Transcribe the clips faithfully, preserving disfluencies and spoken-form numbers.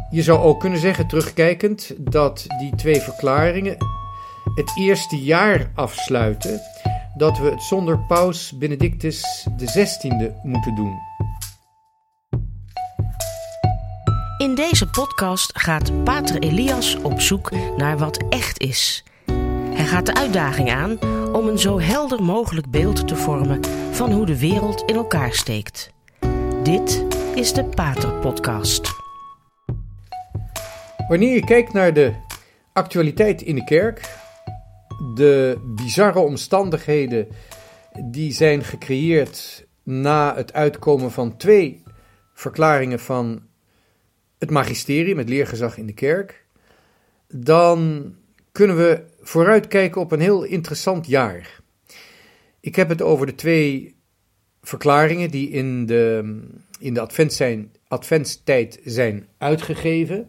Je zou ook kunnen zeggen, terugkijkend, dat die twee verklaringen het eerste jaar afsluiten dat we het zonder paus Benedictus de zestiende moeten doen. In deze podcast gaat pater Elias op zoek naar wat echt is. Hij gaat de uitdaging aan om een zo helder mogelijk beeld te vormen van hoe de wereld in elkaar steekt. Dit is de Pater Podcast. Wanneer je kijkt naar de actualiteit in de kerk, de bizarre omstandigheden die zijn gecreëerd na het uitkomen van twee verklaringen van het magisterium, het leergezag in de kerk, dan kunnen we vooruitkijken op een heel interessant jaar. Ik heb het over de twee verklaringen die in de, in de advent zijn, adventstijd zijn uitgegeven.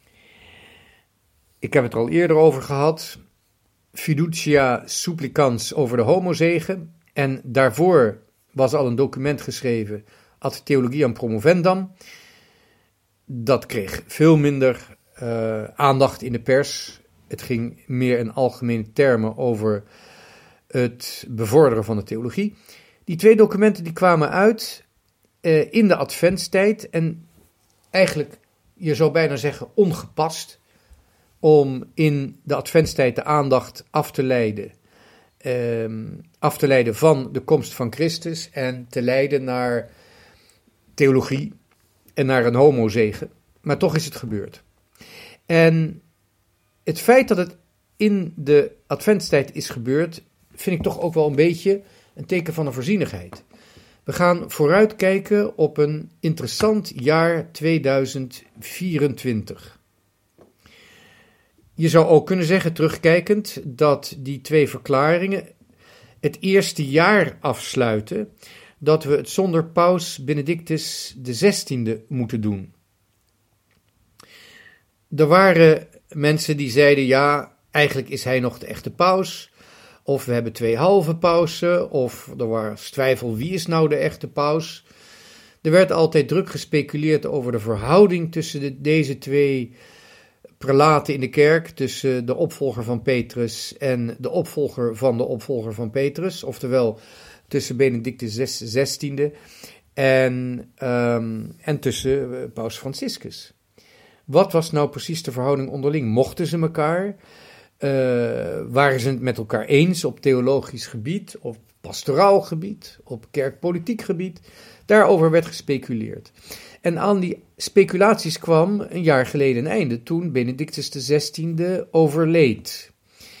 Ik heb het er al eerder over gehad. Fiducia supplicans over de homozegen. En daarvoor was al een document geschreven, Ad Theologiam Promovendam. Dat kreeg veel minder uh, aandacht in de pers. Het ging meer in algemene termen over het bevorderen van de theologie. Die twee documenten die kwamen uit uh, in de adventstijd en eigenlijk, je zou bijna zeggen, ongepast om in de adventstijd de aandacht af te leiden, uh, af te leiden van de komst van Christus en te leiden naar theologie en naar een homozegen. Maar toch is het gebeurd. En het feit dat het in de adventstijd is gebeurd, vind ik toch ook wel een beetje een teken van een voorzienigheid. We gaan vooruitkijken op een interessant jaar tweeduizend vierentwintig. Je zou ook kunnen zeggen, terugkijkend, dat die twee verklaringen het eerste jaar afsluiten dat we het zonder paus Benedictus de zestiende moeten doen. Er waren mensen die zeiden, ja, eigenlijk is hij nog de echte paus, of we hebben twee halve pausen, of er was twijfel, wie is nou de echte paus. Er werd altijd druk gespeculeerd over de verhouding tussen de, deze twee prelaten in de kerk, tussen de opvolger van Petrus en de opvolger van de opvolger van Petrus, oftewel tussen Benedictus de zestiende en, um, en tussen uh, paus Franciscus. Wat was nou precies de verhouding onderling? Mochten ze elkaar? Uh, waren ze het met elkaar eens op theologisch gebied, op pastoraal gebied, op kerkpolitiek gebied? Daarover werd gespeculeerd. En aan die speculaties kwam een jaar geleden een einde, toen Benedictus de zestiende overleed.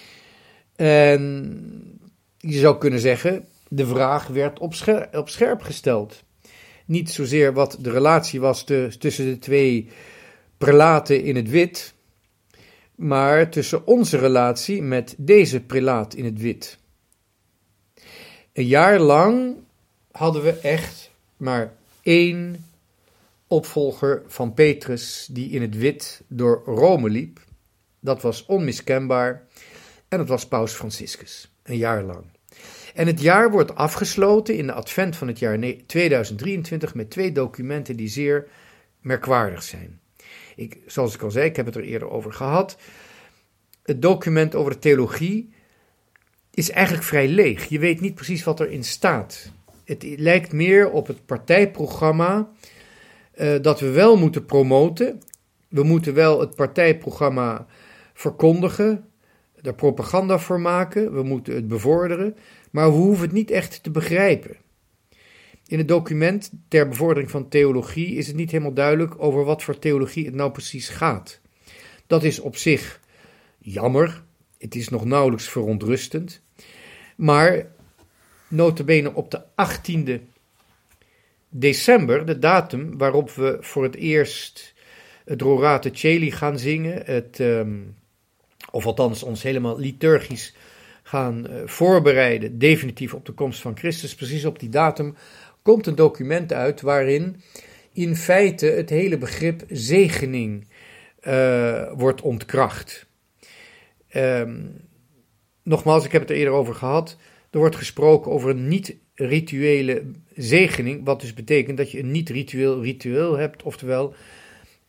En je zou kunnen zeggen, de vraag werd op scherp, op scherp gesteld. Niet zozeer wat de relatie was te, tussen de twee prelaten in het wit, maar tussen onze relatie met deze prelaat in het wit. Een jaar lang hadden we echt maar één opvolger van Petrus die in het wit door Rome liep. Dat was onmiskenbaar en dat was paus Franciscus, een jaar lang. En het jaar wordt afgesloten in de advent van het jaar tweeduizend drieëntwintig met twee documenten die zeer merkwaardig zijn. Ik, zoals ik al zei, ik heb het er eerder over gehad. Het document over de theologie is eigenlijk vrij leeg. Je weet niet precies wat erin staat. Het lijkt meer op het partijprogramma uh, dat we wel moeten promoten. We moeten wel het partijprogramma verkondigen, er propaganda voor maken, we moeten het bevorderen, maar we hoeven het niet echt te begrijpen. In het document ter bevordering van theologie is het niet helemaal duidelijk over wat voor theologie het nou precies gaat. Dat is op zich jammer, het is nog nauwelijks verontrustend, maar nota bene op de achttiende december, de datum waarop we voor het eerst het Rorate Caeli gaan zingen, het, um, of althans ons helemaal liturgisch gaan uh, voorbereiden, definitief op de komst van Christus, precies op die datum komt een document uit waarin in feite het hele begrip zegening uh, wordt ontkracht. Um, nogmaals, ik heb het er eerder over gehad, er wordt gesproken over een niet-rituele zegening, wat dus betekent dat je een niet-ritueel ritueel hebt, oftewel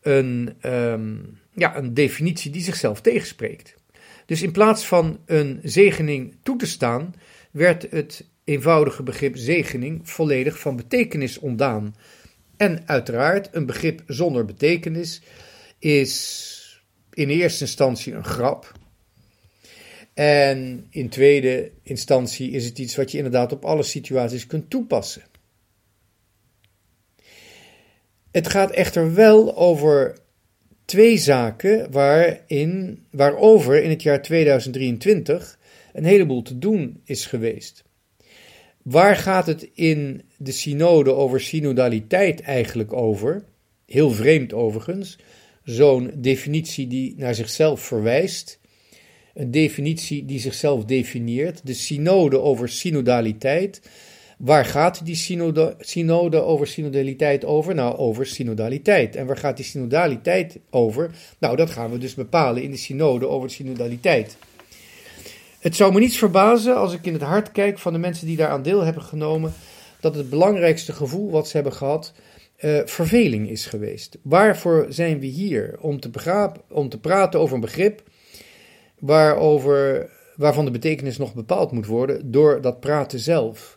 een, um, ja, een definitie die zichzelf tegenspreekt. Dus in plaats van een zegening toe te staan, werd het eenvoudige begrip zegening volledig van betekenis ontdaan. En uiteraard, een begrip zonder betekenis is in eerste instantie een grap. En in tweede instantie is het iets wat je inderdaad op alle situaties kunt toepassen. Het gaat echter wel over twee zaken waarin, waarover in het jaar tweeduizend drieëntwintig een heleboel te doen is geweest. Waar gaat het in de synode over synodaliteit eigenlijk over? Heel vreemd overigens, zo'n definitie die naar zichzelf verwijst, een definitie die zichzelf definieert, de synode over synodaliteit. Waar gaat die synode, synode over synodaliteit over? Nou, over synodaliteit. En waar gaat die synodaliteit over? Nou, dat gaan we dus bepalen in de synode over synodaliteit. Het zou me niets verbazen als ik in het hart kijk van de mensen die daaraan deel hebben genomen, dat het belangrijkste gevoel wat ze hebben gehad, uh, verveling is geweest. Waarvoor zijn we hier? Om te, begraap, om te praten over een begrip waarover, waarvan de betekenis nog bepaald moet worden door dat praten zelf.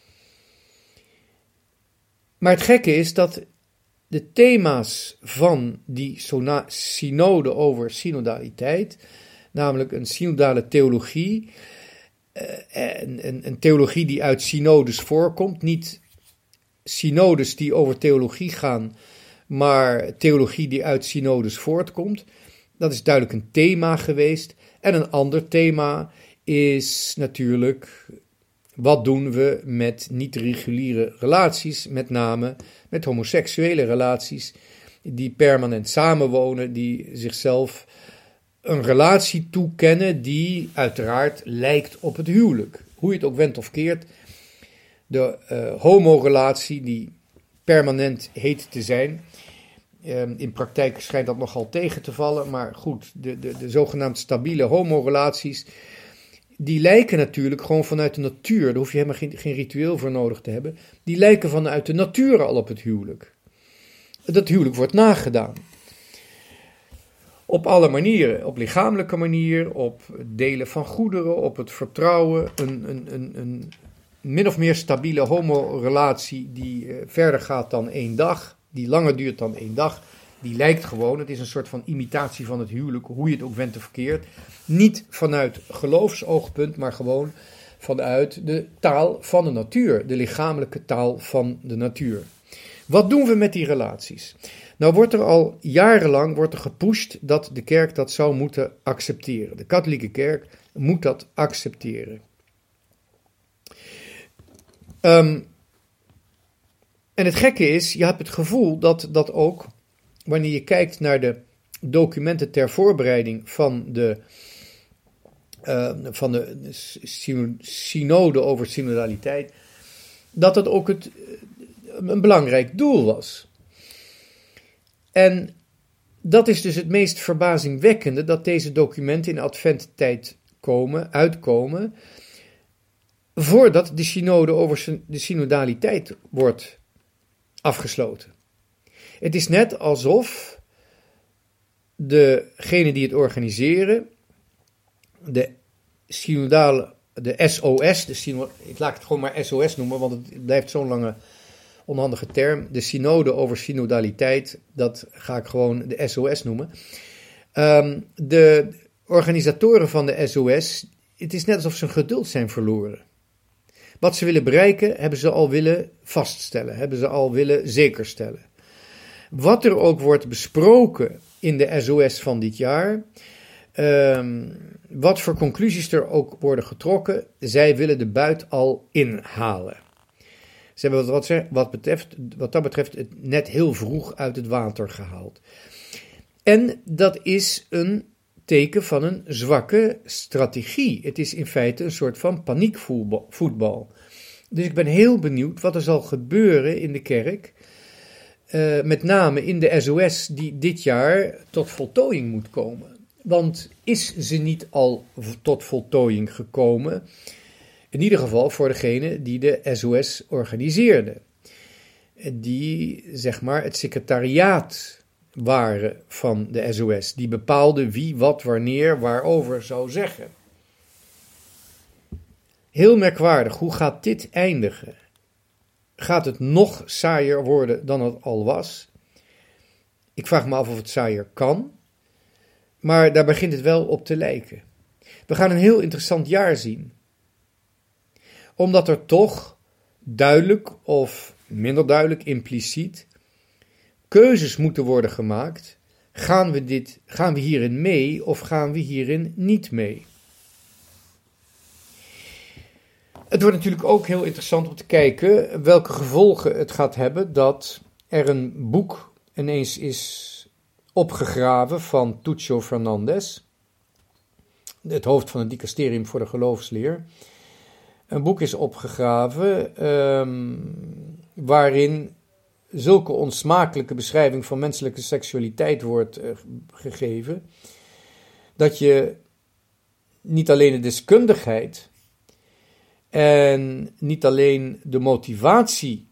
Maar het gekke is dat de thema's van die sona- synode over synodaliteit, namelijk een synodale theologie, een, een, een theologie die uit synodes voorkomt, niet synodes die over theologie gaan, maar theologie die uit synodes voortkomt, dat is duidelijk een thema geweest. En een ander thema is natuurlijk, wat doen we met niet-reguliere relaties, met name met homoseksuele relaties, die permanent samenwonen, die zichzelf een relatie toekennen die uiteraard lijkt op het huwelijk. Hoe je het ook wendt of keert, de uh, homorelatie die permanent heet te zijn. Um, in praktijk schijnt dat nogal tegen te vallen, maar goed, de, de, de zogenaamd stabiele homorelaties, die lijken natuurlijk gewoon vanuit de natuur, daar hoef je helemaal geen, geen ritueel voor nodig te hebben, die lijken vanuit de natuur al op het huwelijk. Dat huwelijk wordt nagedaan. Op alle manieren, op lichamelijke manier, op delen van goederen, op het vertrouwen, een, een, een, een min of meer stabiele homorelatie die uh, verder gaat dan één dag, die langer duurt dan één dag, die lijkt gewoon, het is een soort van imitatie van het huwelijk, hoe je het ook went of verkeerd, niet vanuit geloofsoogpunt, maar gewoon vanuit de taal van de natuur, de lichamelijke taal van de natuur. Wat doen we met die relaties? Nou wordt er al jarenlang wordt er gepusht dat de kerk dat zou moeten accepteren. De katholieke kerk moet dat accepteren. Um, en het gekke is, je hebt het gevoel dat dat ook, wanneer je kijkt naar de documenten ter voorbereiding van de, uh, van de synode over synodaliteit, dat het ook het, een belangrijk doel was. En dat is dus het meest verbazingwekkende, dat deze documenten in adventtijd komen, uitkomen, voordat de synode over de synodaliteit wordt afgesloten. Het is net alsof degenen die het organiseren, de synodale, de S O S, de synod, ik laat het gewoon maar S O S noemen, want het blijft zo'n lange onhandige term, de synode over synodaliteit, dat ga ik gewoon de S O S noemen. Um, de organisatoren van de S O S, het is net alsof ze hun geduld zijn verloren. Wat ze willen bereiken, hebben ze al willen vaststellen, hebben ze al willen zekerstellen. Wat er ook wordt besproken in de S O S van dit jaar, um, wat voor conclusies er ook worden getrokken, zij willen de buit al inhalen. Ze hebben wat, wat, wat, betreft, wat dat betreft het net heel vroeg uit het water gehaald. En dat is een teken van een zwakke strategie. Het is in feite een soort van paniekvoetbal. Dus ik ben heel benieuwd wat er zal gebeuren in de kerk, uh, met name in de S O S die dit jaar tot voltooiing moet komen. Want is ze niet al tot voltooiing gekomen? In ieder geval voor degene die de S O S organiseerde. Die, zeg maar, het secretariaat waren van de S O S. Die bepaalde wie, wat, wanneer, waarover zou zeggen. Heel merkwaardig, hoe gaat dit eindigen? Gaat het nog saaier worden dan het al was? Ik vraag me af of het saaier kan, maar daar begint het wel op te lijken. We gaan een heel interessant jaar zien. Omdat er toch duidelijk of minder duidelijk impliciet keuzes moeten worden gemaakt. Gaan we, dit, gaan we hierin mee of gaan we hierin niet mee? Het wordt natuurlijk ook heel interessant om te kijken welke gevolgen het gaat hebben dat er een boek ineens is opgegraven van Tuccio Fernandes, het hoofd van het dicasterium voor de geloofsleer. Een boek is opgegraven um, waarin zulke onsmakelijke beschrijving van menselijke seksualiteit wordt uh, gegeven, dat je niet alleen de deskundigheid en niet alleen de motivatie,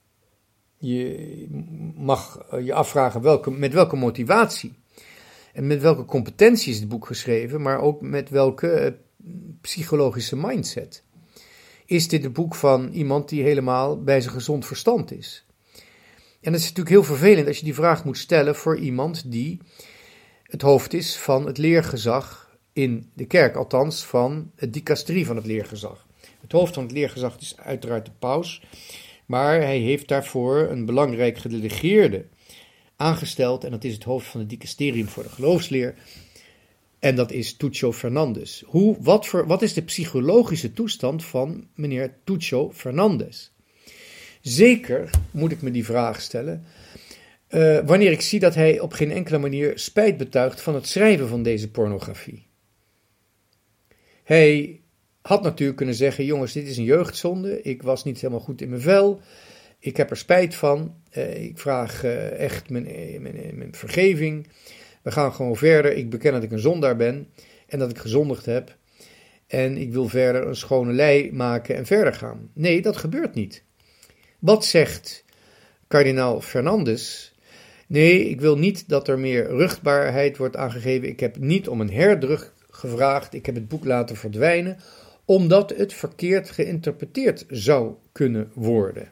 je mag je afvragen welke, met welke motivatie en met welke competentie is het boek geschreven, maar ook met welke uh, psychologische mindset. Is dit een boek van iemand die helemaal bij zijn gezond verstand is? En het is natuurlijk heel vervelend als je die vraag moet stellen voor iemand die het hoofd is van het leergezag in de kerk, althans van het dicasterie van het leergezag. Het hoofd van het leergezag is uiteraard de paus, maar hij heeft daarvoor een belangrijk gedelegeerde aangesteld en dat is het hoofd van het dicasterium voor de geloofsleer en dat is Tuccio Fernandes. Hoe, wat, voor, wat is de psychologische toestand van meneer Tuccio Fernandes? Zeker moet ik me die vraag stellen uh, wanneer ik zie dat hij op geen enkele manier spijt betuigt van het schrijven van deze pornografie. Hij had natuurlijk kunnen zeggen, jongens, dit is een jeugdzonde, ik was niet helemaal goed in mijn vel, ik heb er spijt van, uh, ik vraag uh, echt mijn, mijn, mijn vergeving, we gaan gewoon verder, ik beken dat ik een zondaar ben en dat ik gezondigd heb en ik wil verder een schone lei maken en verder gaan. Nee, dat gebeurt niet. Wat zegt kardinaal Fernandes? Nee, ik wil niet dat er meer ruchtbaarheid wordt aangegeven. Ik heb niet om een herdruk gevraagd. Ik heb het boek laten verdwijnen, omdat het verkeerd geïnterpreteerd zou kunnen worden.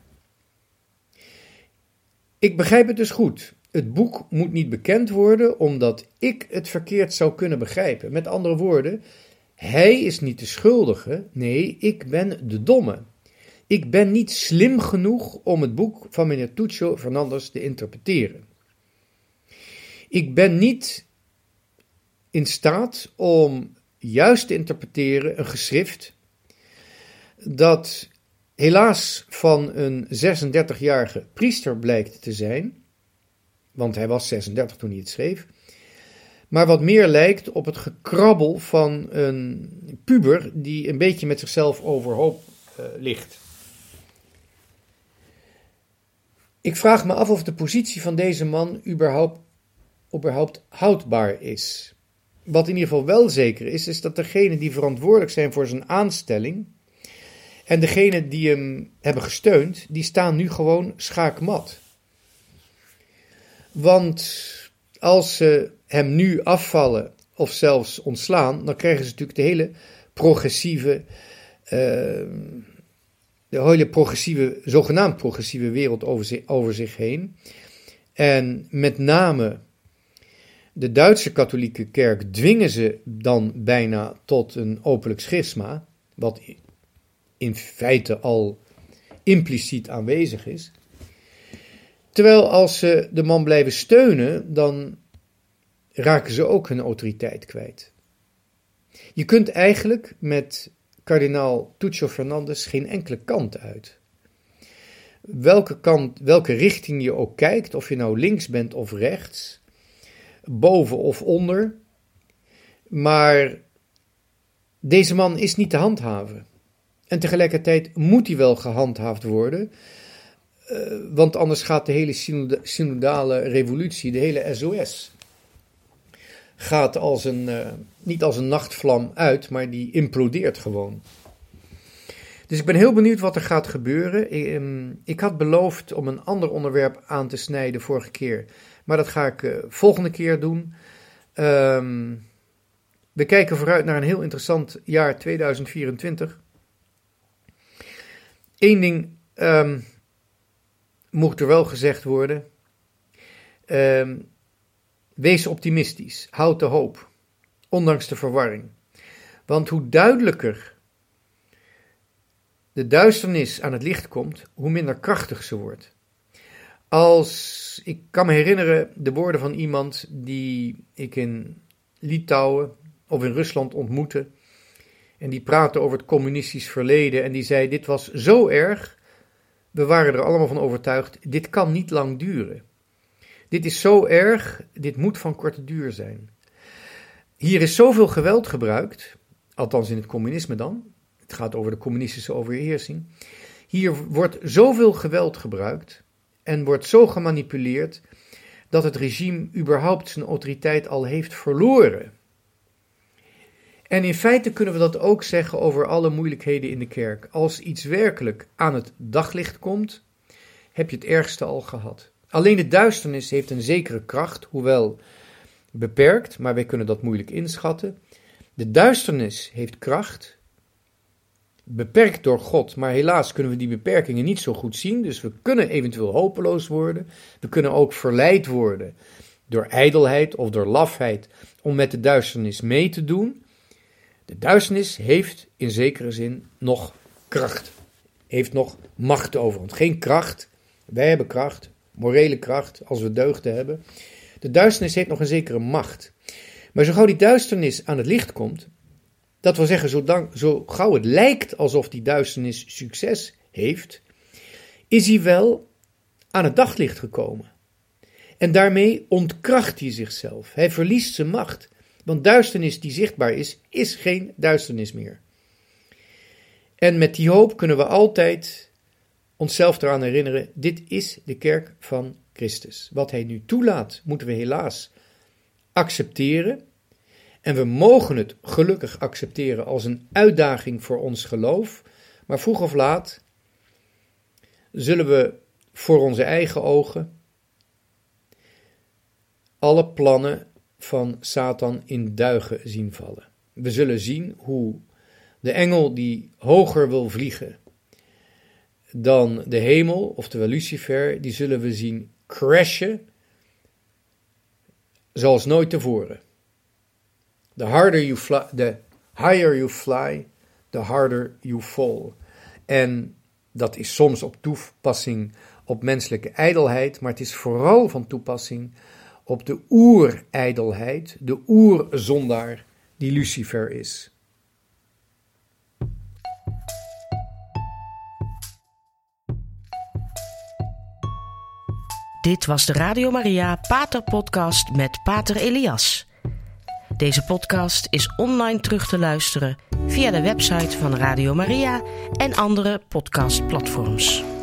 Ik begrijp het dus goed. Het boek moet niet bekend worden, omdat ik het verkeerd zou kunnen begrijpen. Met andere woorden, hij is niet de schuldige. Nee, ik ben de domme. Ik ben niet slim genoeg om het boek van meneer Tuccio Fernandes te interpreteren. Ik ben niet in staat om juist te interpreteren een geschrift dat helaas van een zesendertigjarige priester blijkt te zijn, want hij was zesendertig toen hij het schreef, maar wat meer lijkt op het gekrabbel van een puber die een beetje met zichzelf overhoop uh, ligt. Ik vraag me af of de positie van deze man überhaupt, überhaupt houdbaar is. Wat in ieder geval wel zeker is, is dat degenen die verantwoordelijk zijn voor zijn aanstelling en degenen die hem hebben gesteund, die staan nu gewoon schaakmat. Want als ze hem nu afvallen of zelfs ontslaan, dan krijgen ze natuurlijk de hele progressieve, uh, de hele progressieve, zogenaamd progressieve wereld over zich, over zich heen. En met name de Duitse katholieke kerk dwingen ze dan bijna tot een openlijk schisma, wat in feite al impliciet aanwezig is. Terwijl als ze de man blijven steunen, dan raken ze ook hun autoriteit kwijt. Je kunt eigenlijk met kardinaal Tuccio Fernandes geen enkele kant uit. Welke kant, welke richting je ook kijkt, of je nou links bent of rechts, boven of onder, maar deze man is niet te handhaven. En tegelijkertijd moet hij wel gehandhaafd worden, uh, want anders gaat de hele synodale revolutie, de hele S O S, gaat als een, uh, niet als een nachtvlam uit, maar die implodeert gewoon. Dus ik ben heel benieuwd wat er gaat gebeuren. Ik, um, ik had beloofd om een ander onderwerp aan te snijden vorige keer, Maar dat ga ik uh, volgende keer doen. Um, we kijken vooruit naar een heel interessant jaar tweeduizend vierentwintig. Eén ding um, moet er wel gezegd worden. Um, wees optimistisch. Houd de hoop. Ondanks de verwarring. Want hoe duidelijker de duisternis aan het licht komt, hoe minder krachtig ze wordt. Als, ik kan me herinneren de woorden van iemand die ik in Litouwen of in Rusland ontmoette. En die praatte over het communistisch verleden. En die zei, dit was zo erg. We waren er allemaal van overtuigd, dit kan niet lang duren. Dit is zo erg, dit moet van korte duur zijn. Hier is zoveel geweld gebruikt, althans in het communisme dan. Het gaat over de communistische overheersing. Hier wordt zoveel geweld gebruikt en wordt zo gemanipuleerd dat het regime überhaupt zijn autoriteit al heeft verloren. En in feite kunnen we dat ook zeggen over alle moeilijkheden in de kerk. Als iets werkelijk aan het daglicht komt, heb je het ergste al gehad. Alleen de duisternis heeft een zekere kracht, hoewel beperkt, maar wij kunnen dat moeilijk inschatten. De duisternis heeft kracht, beperkt door God, maar helaas kunnen we die beperkingen niet zo goed zien, dus we kunnen eventueel hopeloos worden. We kunnen ook verleid worden door ijdelheid of door lafheid om met de duisternis mee te doen. De duisternis heeft in zekere zin nog kracht, heeft nog macht over ons. Geen kracht, wij hebben kracht, morele kracht, als we deugden hebben. De duisternis heeft nog een zekere macht. Maar zo gauw die duisternis aan het licht komt, dat wil zeggen, zo, dan, zo gauw het lijkt alsof die duisternis succes heeft, is hij wel aan het daglicht gekomen. En daarmee ontkracht hij zichzelf. Hij verliest zijn macht. Want duisternis die zichtbaar is, is geen duisternis meer. En met die hoop kunnen we altijd onszelf eraan herinneren, dit is de kerk van Christus. Wat hij nu toelaat, moeten we helaas accepteren. En we mogen het gelukkig accepteren als een uitdaging voor ons geloof. Maar vroeg of laat zullen we voor onze eigen ogen alle plannen van Satan in duigen zien vallen. We zullen zien hoe de engel die hoger wil vliegen dan de hemel, oftewel Lucifer, die zullen we zien crashen zoals nooit tevoren. The harder you fly, the higher you fly, the harder you fall. En dat is soms op toepassing op menselijke ijdelheid, maar het is vooral van toepassing op de oerijdelheid, de oerzondaar die Lucifer is. Dit was de Radio Maria Pater Podcast met Pater Elias. Deze podcast is online terug te luisteren via de website van Radio Maria en andere podcastplatforms.